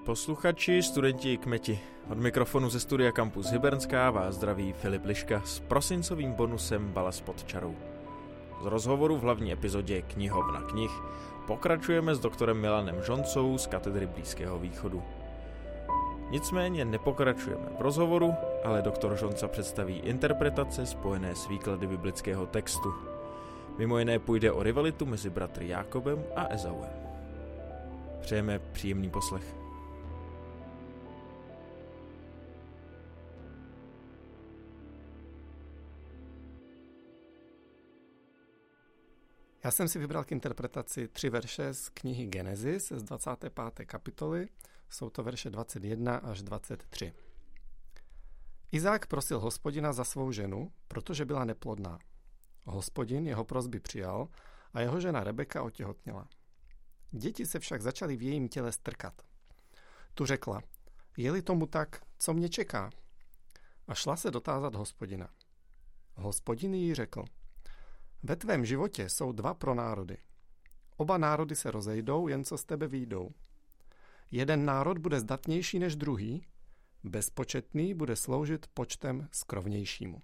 posluchači, studenti i kmeti. Od mikrofonu ze studia Campus Hybernská vás zdraví Filip Liška s prosincovým bonusem Balast pod čarou. Z rozhovoru v hlavní epizodě Knihovna knih pokračujeme s doktorem Milanem Žoncou z katedry Blízkého východu. Nicméně nepokračujeme v rozhovoru, ale doktor Žonca představí interpretace spojené s výklady biblického textu. Mimo jiné půjde o rivalitu mezi bratry Jákobem a Ezauem. Přejeme příjemný poslech. Já jsem si vybral k interpretaci 3 verše z knihy Genesis z 25. kapitoly. Jsou to verše 21 až 23. Izák prosil Hospodina za svou ženu, protože byla neplodná. Hospodin jeho prosby přijal a jeho žena Rebeka otěhotněla. Děti se však začaly v jejím těle strkat. Tu řekla, je-li tomu tak, co mě čeká? A šla se dotázat Hospodina. Hospodin jí řekl, ve tvém životě jsou 2 pronárody. Oba národy se rozejdou, jen co z tebe vyjdou. Jeden národ bude zdatnější než druhý, bezpočetný bude sloužit počtem skrovnějšímu.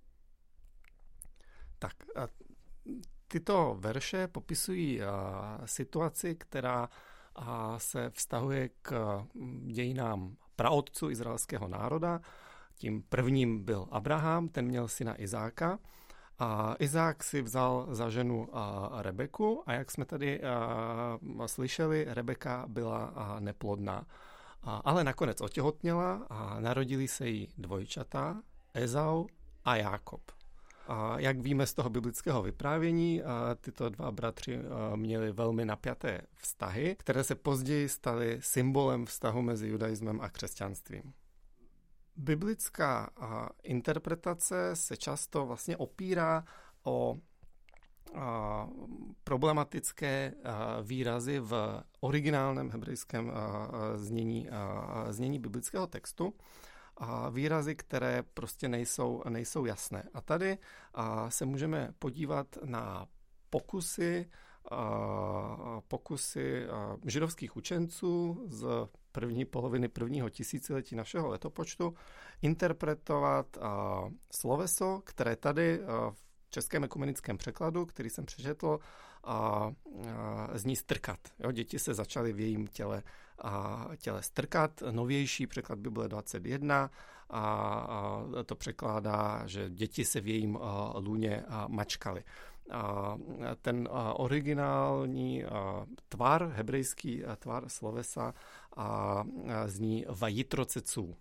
Tak, tyto verše popisují situaci, která se vztahuje k dějinám praotců izraelského národa. Tím prvním byl Abraham, ten měl syna Izáka. A Izák si vzal za ženu Rebeku a jak jsme tady slyšeli, Rebeka byla neplodná. Ale nakonec otěhotněla a narodili se jí dvojčata, Ezau a Jákob. A jak víme z toho biblického vyprávění, tyto 2 bratři měli velmi napjaté vztahy, které se později staly symbolem vztahu mezi judaismem a křesťanstvím. Biblická interpretace se často vlastně opírá o problematické výrazy v originálním hebrejském znění biblického textu. Výrazy, které prostě nejsou jasné. A tady se můžeme podívat na pokusy židovských učenců z první poloviny 1. tisíciletí našeho letopočtu interpretovat sloveso, které tady v českém ekumenickém překladu, který jsem přečetl, zní strkat. Jo, děti se začaly v jejím těle strkat. Novější překlad Bible 21 a to překládá, že děti se v jejím lůně mačkaly. Ten originální tvar, hebrejský tvar slovesa zní vajitroceců.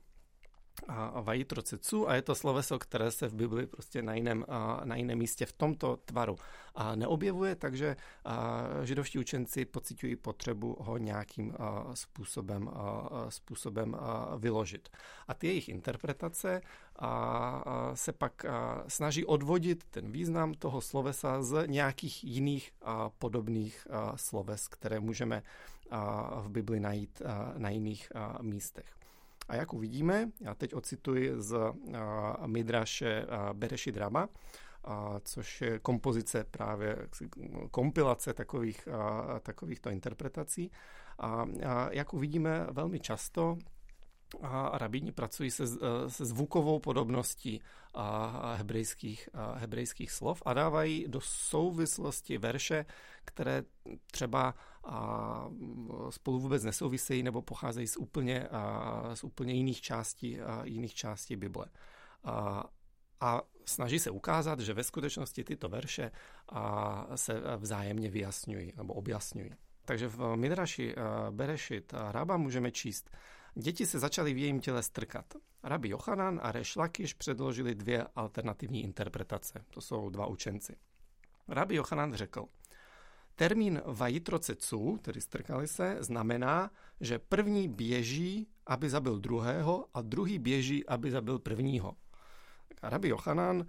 A je to sloveso, které se v Bibli prostě na jiném místě v tomto tvaru neobjevuje, takže židovští učenci pociťují potřebu ho nějakým způsobem vyložit. A ty jejich interpretace se pak snaží odvodit ten význam toho slovesa z nějakých jiných podobných sloves, které můžeme v Bibli najít na jiných místech. A jak uvidíme, já teď ocituji z Midraše Berešit Rabba, což je kompozice právě kompilace takovýchto interpretací. A jak uvidíme, velmi často rabíni pracují se zvukovou podobností hebrejských slov a dávají do souvislosti verše, které třeba spolu vůbec nesouvisejí nebo pocházejí z úplně jiných částí Bible. A snaží se ukázat, že ve skutečnosti tyto verše se vzájemně vyjasňují nebo objasňují. Takže v Midraši Berešit Rabba můžeme číst: Děti se začaly v jejím těle strkat. Rabbi Jochanan a Reš Lakiš předložili 2 alternativní interpretace. To jsou 2 učenci. Rabbi Jochanan řekl, termín vajitroceců, tedy strkali se, znamená, že první běží, aby zabil druhého a druhý běží, aby zabil prvního. Rabbi Jochanan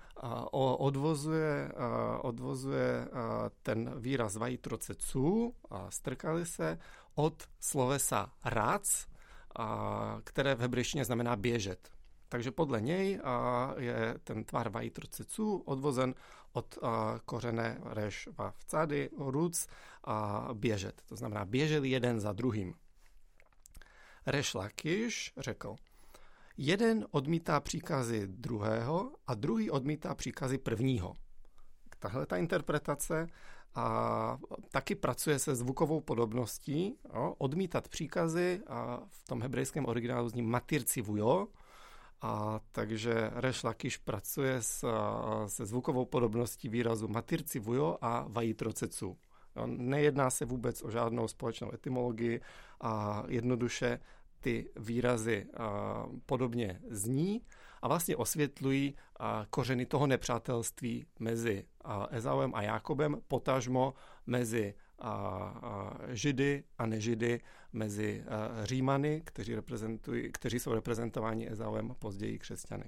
odvozuje ten výraz vajitroceců, strkali se, od slovesa rac, které v hebrejštině znamená běžet. Takže podle něj je ten tvar vajitroceců odvozen od kořene reš vav cady, ruc a běžet. To znamená běželi jeden za druhým. Reš Lakiš řekl, jeden odmítá příkazy druhého a druhý odmítá příkazy prvního. Tahle ta interpretace a taky pracuje se zvukovou podobností, odmítat příkazy a v tom hebrejském originálu zní matir civujo, a takže Reš Lakiš pracuje se zvukovou podobností výrazu matir civujo a vajitrocecu. Nejedná se vůbec o žádnou společnou etymologii a jednoduše ty výrazy podobně zní a vlastně osvětlují kořeny toho nepřátelství mezi Ezauem a Jákobem, potažmo mezi Židy a nežidy, mezi Římany, kteří jsou reprezentováni Ezauem, později křesťany.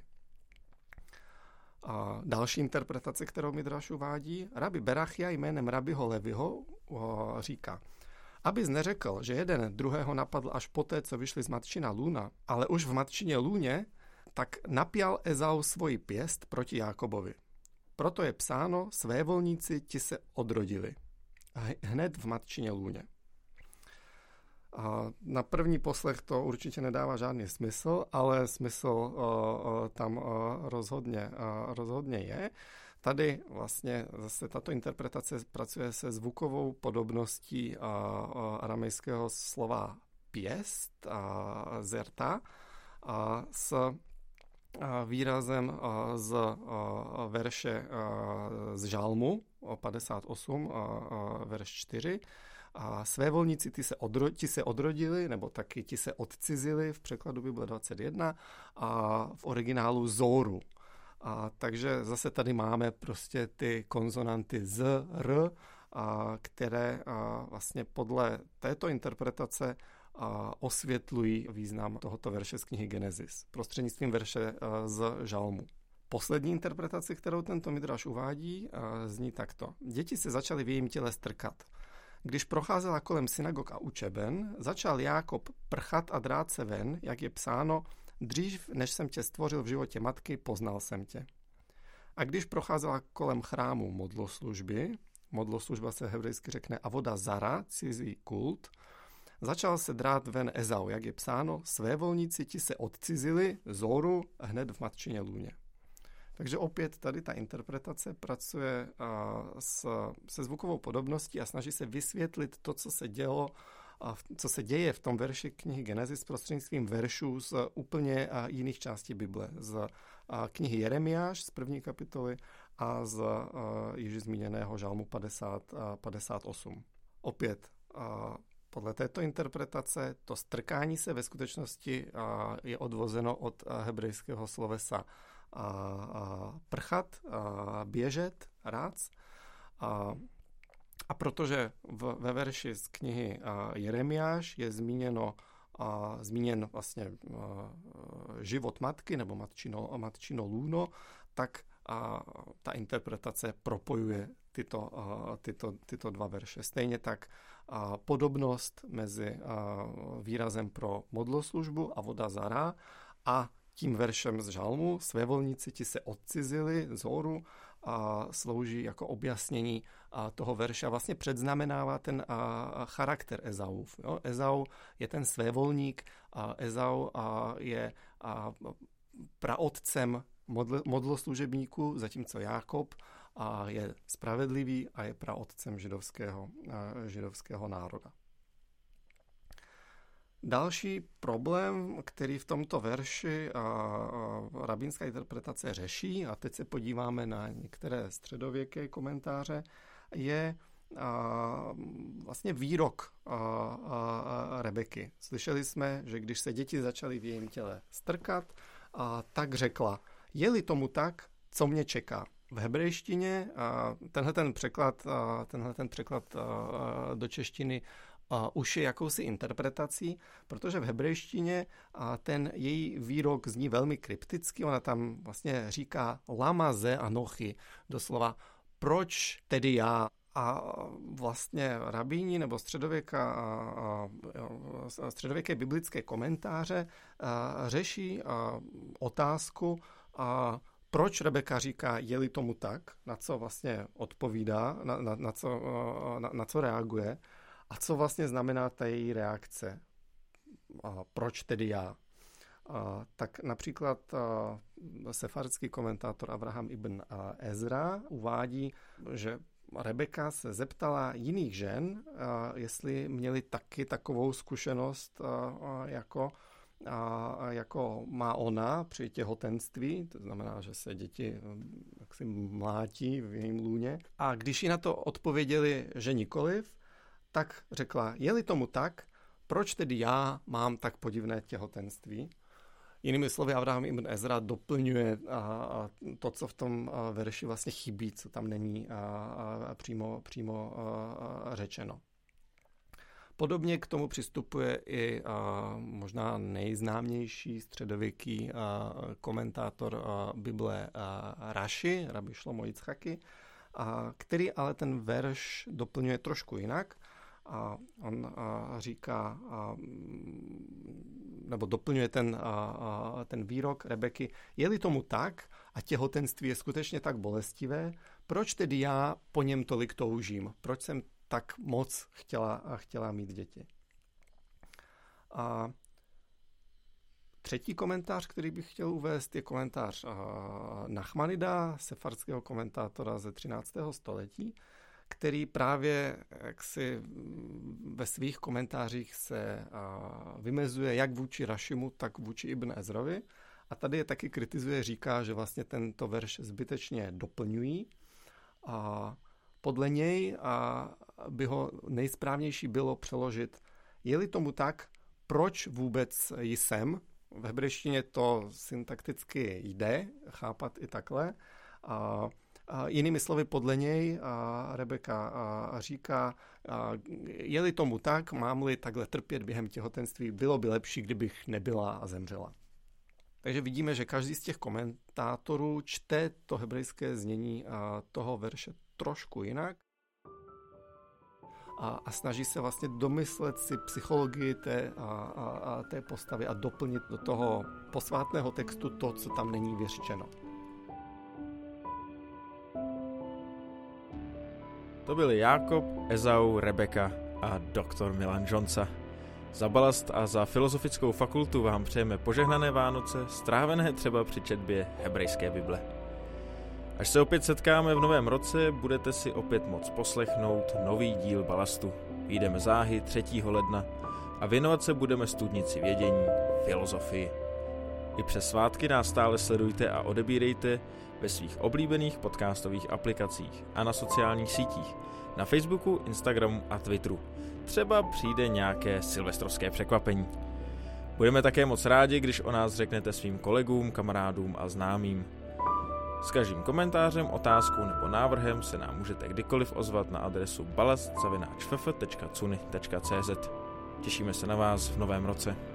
A další interpretace, kterou Midraš uvádí, Rabbi Berachia jménem Rabbiho Leviho říká, abys neřekl, že jeden druhého napadl až poté, co vyšli z matčina lůna, ale už v matčině lůně, tak napjal Ezau svoji pěst proti Jákobovi. Proto je psáno, svévolníci ti se odrodili. Hned v matčině lůně. A na první poslech to určitě nedává žádný smysl, ale smysl tam rozhodně je. Tady vlastně zase tato interpretace pracuje se zvukovou podobností aramejského slova pěst, zerta, s výrazem z verše z Žalmu 58, verš 4. A svévolníci ti se odrodili, nebo taky ti se odcizili v překladu Bible 21 a v originálu Zoru. Takže zase tady máme prostě ty konzonanty z, r, které vlastně podle této interpretace osvětlují význam tohoto verše z knihy Genesis prostřednictvím verše z Žalmu. Poslední interpretace, kterou tento Midraš uvádí, zní takto. Děti se začaly v jejím těle strkat. Když procházela kolem synagog a učeben, začal Jákob prchat a drát se ven, jak je psáno, dřív, než jsem tě stvořil v životě matky, poznal jsem tě. A když procházela kolem chrámu modloslužba se hebrejsky řekne avoda zara, cizí kult, začal se drát ven Ezau, jak je psáno, svévolníci ti se odcizili, Zoru, hned v matčině lůně. Takže opět tady ta interpretace pracuje se zvukovou podobností a snaží se vysvětlit to, co se děje v tom verši knihy Genesis prostřednictvím veršů z úplně jiných částí Bible. Z knihy Jeremiáš z 1. kapitoly a z již zmíněného Žalmu 58. Opět podle této interpretace to strkání se ve skutečnosti je odvozeno od hebrejského slovesa prchat, běžet, rác. A protože ve verši z knihy Jeremiáš je zmíněn vlastně život matky nebo matčino lůno, tak ta interpretace propojuje tyto dva verše. Stejně tak podobnost mezi výrazem pro modloslužbu a voda zara a tím veršem z Žalmu, svévolníci ti se odcizili z horu, a slouží jako objasnění toho verše a vlastně předznamenává ten charakter Ezaův. Ezau je ten svévolník, Ezau je praotcem modloslužebníků, zatímco Jákob je spravedlivý a je praotcem židovského národa. Další problém, který v tomto verši rabínská interpretace řeší, a teď se podíváme na některé středověké komentáře, je vlastně výrok Rebeky. Slyšeli jsme, že když se děti začaly v jejím těle strkat, tak řekla, je-li tomu tak, co mě čeká. V hebrejštině tenhle překlad do češtiny už je jakousi interpretací, protože v hebrejštině ten její výrok zní velmi krypticky. Ona tam vlastně říká lama ze anochi, doslova proč tedy já. A vlastně rabíni nebo středověké biblické komentáře řeší otázku, proč Rebeka říká, je-li tomu tak, na co vlastně odpovídá, na co reaguje a co vlastně znamená ta její reakce. proč tedy já? Tak například sefardský komentátor Avraham ibn Ezra uvádí, že Rebeka se zeptala jiných žen, jestli měli taky takovou zkušenost, jako má ona při těhotenství, to znamená, že se děti jaksi mlátí v jejím lůně. A když jí na to odpověděli, že nikoliv, tak řekla, je-li tomu tak, proč tedy já mám tak podivné těhotenství? Jinými slovy, Avraham ibn Ezra doplňuje to, co v tom verši vlastně chybí, co tam není přímo řečeno. Podobně k tomu přistupuje i možná nejznámější středověký komentátor Bible Raši, Rabbi Šlomo Jicchaki, který ale ten verš doplňuje trošku jinak. A on říká, nebo doplňuje ten výrok Rebeky, je-li tomu tak a těhotenství je skutečně tak bolestivé, proč tedy já po něm tolik toužím? Proč jsem tak moc chtěla mít děti? A třetí komentář, který bych chtěl uvést, je komentář Nachmanida, sefardského komentátora ze 13. století, který právě jaksi ve svých komentářích se vymezuje jak vůči Rašimu, tak vůči Ibn Ezrovi. A tady je taky kritizuje, říká, že vlastně tento verš zbytečně doplňují. A podle něj by ho nejsprávnější bylo přeložit, je-li tomu tak, proč vůbec jsem? V hebrejštině to syntakticky jde chápat i takhle. Jinými slovy, podle něj Rebeka říká, je-li tomu tak, mám-li takhle trpět během těhotenství, bylo by lepší, kdybych nebyla a zemřela. Takže vidíme, že každý z těch komentátorů čte to hebrejské znění toho verše trošku jinak a snaží se vlastně domyslet si psychologii té postavy a doplnit do toho posvátného textu to, co tam není vyřčeno. To byli Jákob, Ezau, Rebeka a doktor Milan Žonca. Za Balast a za Filozofickou fakultu vám přejeme požehnané Vánoce, strávené třeba při četbě hebrejské Bible. Až se opět setkáme v novém roce, budete si opět moct poslechnout nový díl Balastu. Vyjdeme záhy 3. ledna a věnovat se budeme studnici vědění, filozofii. I přes svátky nás stále sledujte a odebírejte ve svých oblíbených podcastových aplikacích a na sociálních sítích, na Facebooku, Instagramu a Twitteru. Třeba přijde nějaké silvestrovské překvapení. Budeme také moc rádi, když o nás řeknete svým kolegům, kamarádům a známým. S každým komentářem, otázkou nebo návrhem se nám můžete kdykoliv ozvat na adresu balast@ff.cuny.cz. Těšíme se na vás v novém roce.